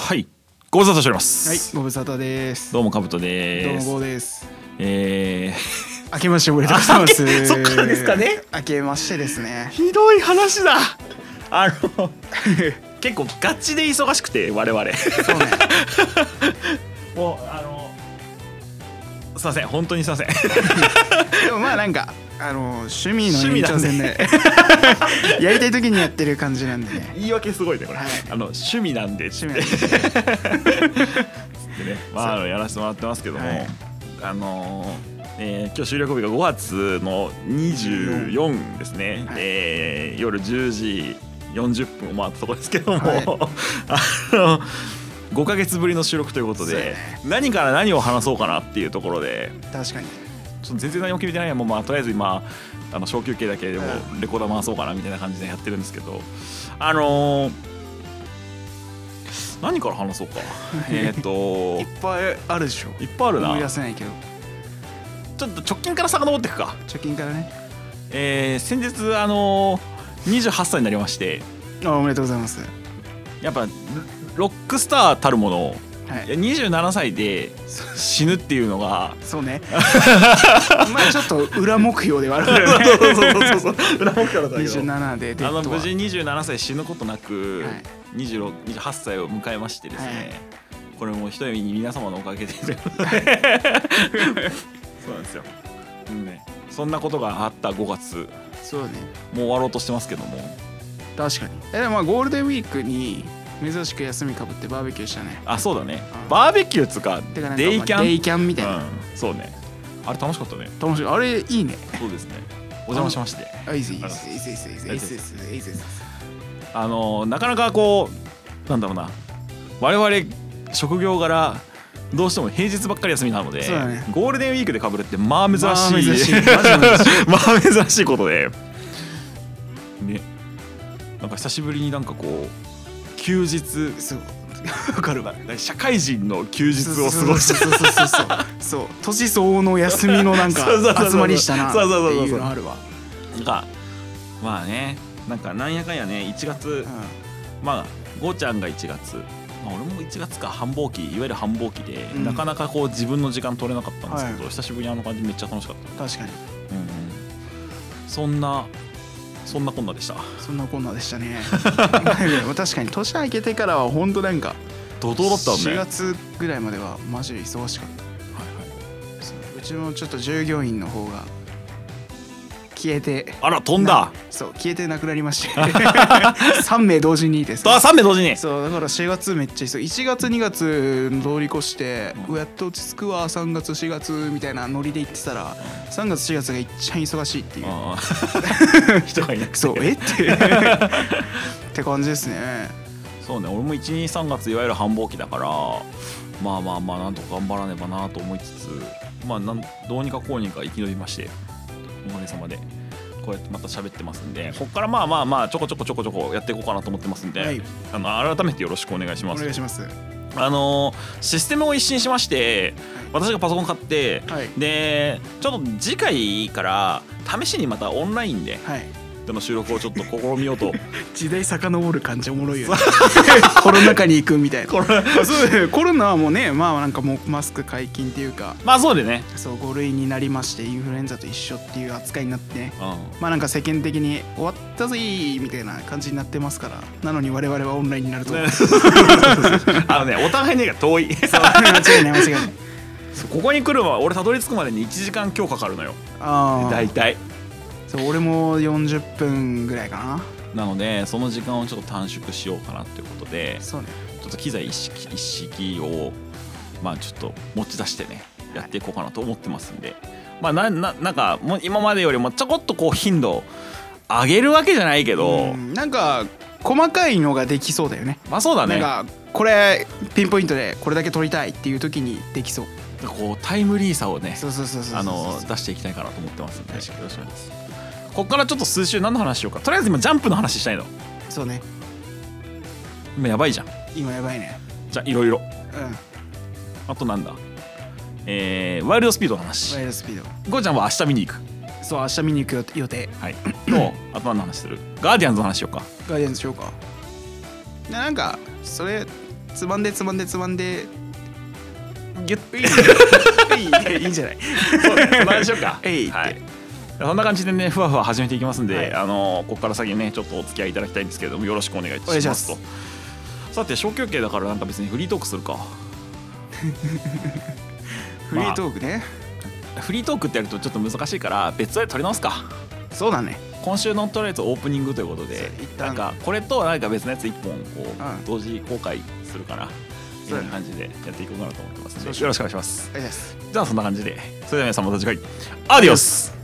はい、ご無沙汰しております。 はい、ご無沙汰です。 どうもかぶとです。 どうもゴーです。 明けましておめでとうございます。 そっからですかね。 明けましてですね。 ひどい話だ。結構ガチで忙しくて我々。 そうね。 もうすいません、本当にすいません。 でもまあなんか趣味の延長戦でやりたい時にやってる感じなんでね。 言い訳すごいねこれ。 はい、 趣味なんで趣味なんで。 でね、まあやらせてもらってますけども、はい、今日収録日が5月の24ですね、はい、夜10時40分を回ったところですけども、はい、5ヶ月ぶりの収録ということで、ね、何から何を話そうかなっていうところで、 確かにちょっと全然何も決めてないや、もうまあとりあえず今小休憩だけでもレコーダー回そうかなみたいな感じでやってるんですけど、何から話そうか。 いっぱいあるでしょ。 いっぱいあるな。 思い出せないけど、 ちょっと直近から遡っていくか。 直近からね。 先日28歳になりまして。 おめでとうございます。 やっぱロックスターたるもの、 はい、 27歳で死ぬっていうのがそうね。まあちょっと裏目標ではあるよね。 そう裏目標だったけど、 27でデッドは無事27歳死ぬことなく、 はい、 28歳を迎えましてですね、はい、これも一重に皆様のおかげでそうなんですよ、ね、そんなことがあった5月。 そうね、 もう終わろうとしてますけども。 確かに。まあゴールデンウィークに珍しく休みかぶってバーベキューしたね。 あ、そうだね。バーベキューつかデイキャンみたいな、 そうね。あれ楽しかったね。 楽しい。あれいいね。 そうですね。お邪魔しまして。 いいです。 なかなかこうなんだろうな、我々職業柄どうしても平日ばっかり休みなので、ね、ゴールデンウィークで被るってまあ珍しい、まあ珍しいことでね。なんか久しぶりになんかこう休日、わかるわ、社会人の休日を過ごした。 そう年相応の休みのなんか集まりしたなっていうのあるわ。 なんかまあね、なんかなんやかんやね、1月、まあゴーちゃんが1月、まあ、俺も1月か繁忙期、いわゆる繁忙期で、なかなかこう自分の時間取れなかったんですけど、久しぶりにあの感じめっちゃ楽しかった。 確かに、 そんなこんなでした。 そんなこんなでしたね。確かに年明けてからは本当なんか怒涛だったね。 4月ぐらいまではマジで忙しかった。うちもちょっと従業員の方が消えて、 あら飛んだ。 そう消えてなくなりまして3名同時にですね。 3名同時に。 そうだから4月めっちゃ忙しい。1月2月通り越して、やっと落ち着くわ3月4月みたいなノリで言ってたら、3月4月が一番忙しいっていう人がいなくて、 そうって感じですね。 そうね、俺も 1,2,3 月いわゆる繁忙期だから、まあなんとか頑張らねばなと思いつつ、まあどうにかこうにか生き延びまして、おかげさまでこうやってまた喋ってますんで、ここからまあちょこちょこやっていこうかなと思ってますんで、はい、改めてよろしくお願いします。 お願いします。 システムを一新しまして、私がパソコン買って、はい、でちょっと次回から試しにまたオンラインで、はい、の収録をちょっと試みようと。 時代遡る感じおもろいよね。コロナ禍に行くみたいな。コロナはもうね、まあなんかもうマスク解禁っていうか、 まあそうでね、 そう5類になりまして、インフルエンザと一緒っていう扱いになって、ね、まあなんか世間的に終わったぜみたいな感じになってますから、なのに我々はオンラインになると、 ね、お互いねが遠い。 そう間違いない。 ここに来るのは俺たどり着くまでに1時間強かかるのよ。大体。 俺も40分ぐらいかな。なのでその時間をちょっと短縮しようかなっていうことで、 そうね、 ちょっと機材一式をまあちょっと持ち出してねやっていこうかなと思ってますんで、まあなんかもう今までよりもちょこっとこう頻度上げるわけじゃないけど、 なんか細かいのができそうだよね。 まあそうだね。 なんかこれピンポイントでこれだけ撮りたいっていう時にできそう。 こうタイムリーさをね、 出していきたいかなと思ってますんで、よろしくお願いします。ここからちょっと数週何の話しようか。とりあえず今ジャンプの話したいの。 そうね。 今やばいじゃん。 今やばいね。 じゃあいろいろ。あとなんだ。ワイルドスピードの話。 ワイルドスピード。 ゴーちゃんは明日見に行く。 そう、明日見に行く予定。 はい。あと何の話する？ガーディアンズの話しようか。 ガーディアンズしようか。なんかそれつまんでギュッいいんじゃない。 そうね、そんなでしょうか。 えいって、 はい、そんな感じでねふわふわ始めていきますんで、 はい、 ここから先ねちょっとお付き合いいただきたいんですけれども、よろしくお願いしますと。さて小休憩だからなんか別にフリートークするか。 フリートークね、 フリートークってやるとちょっと難しいから別で撮り直すか。 そうだね。 今週のとりあえずオープニングということで、なんかこれとなんか別のやつ1本こう同時公開するかな、そういう感じでやっていこうかなと思ってますので、よろしくお願いします。じゃあそんな感じで、それでは皆さんまた次回アディオス。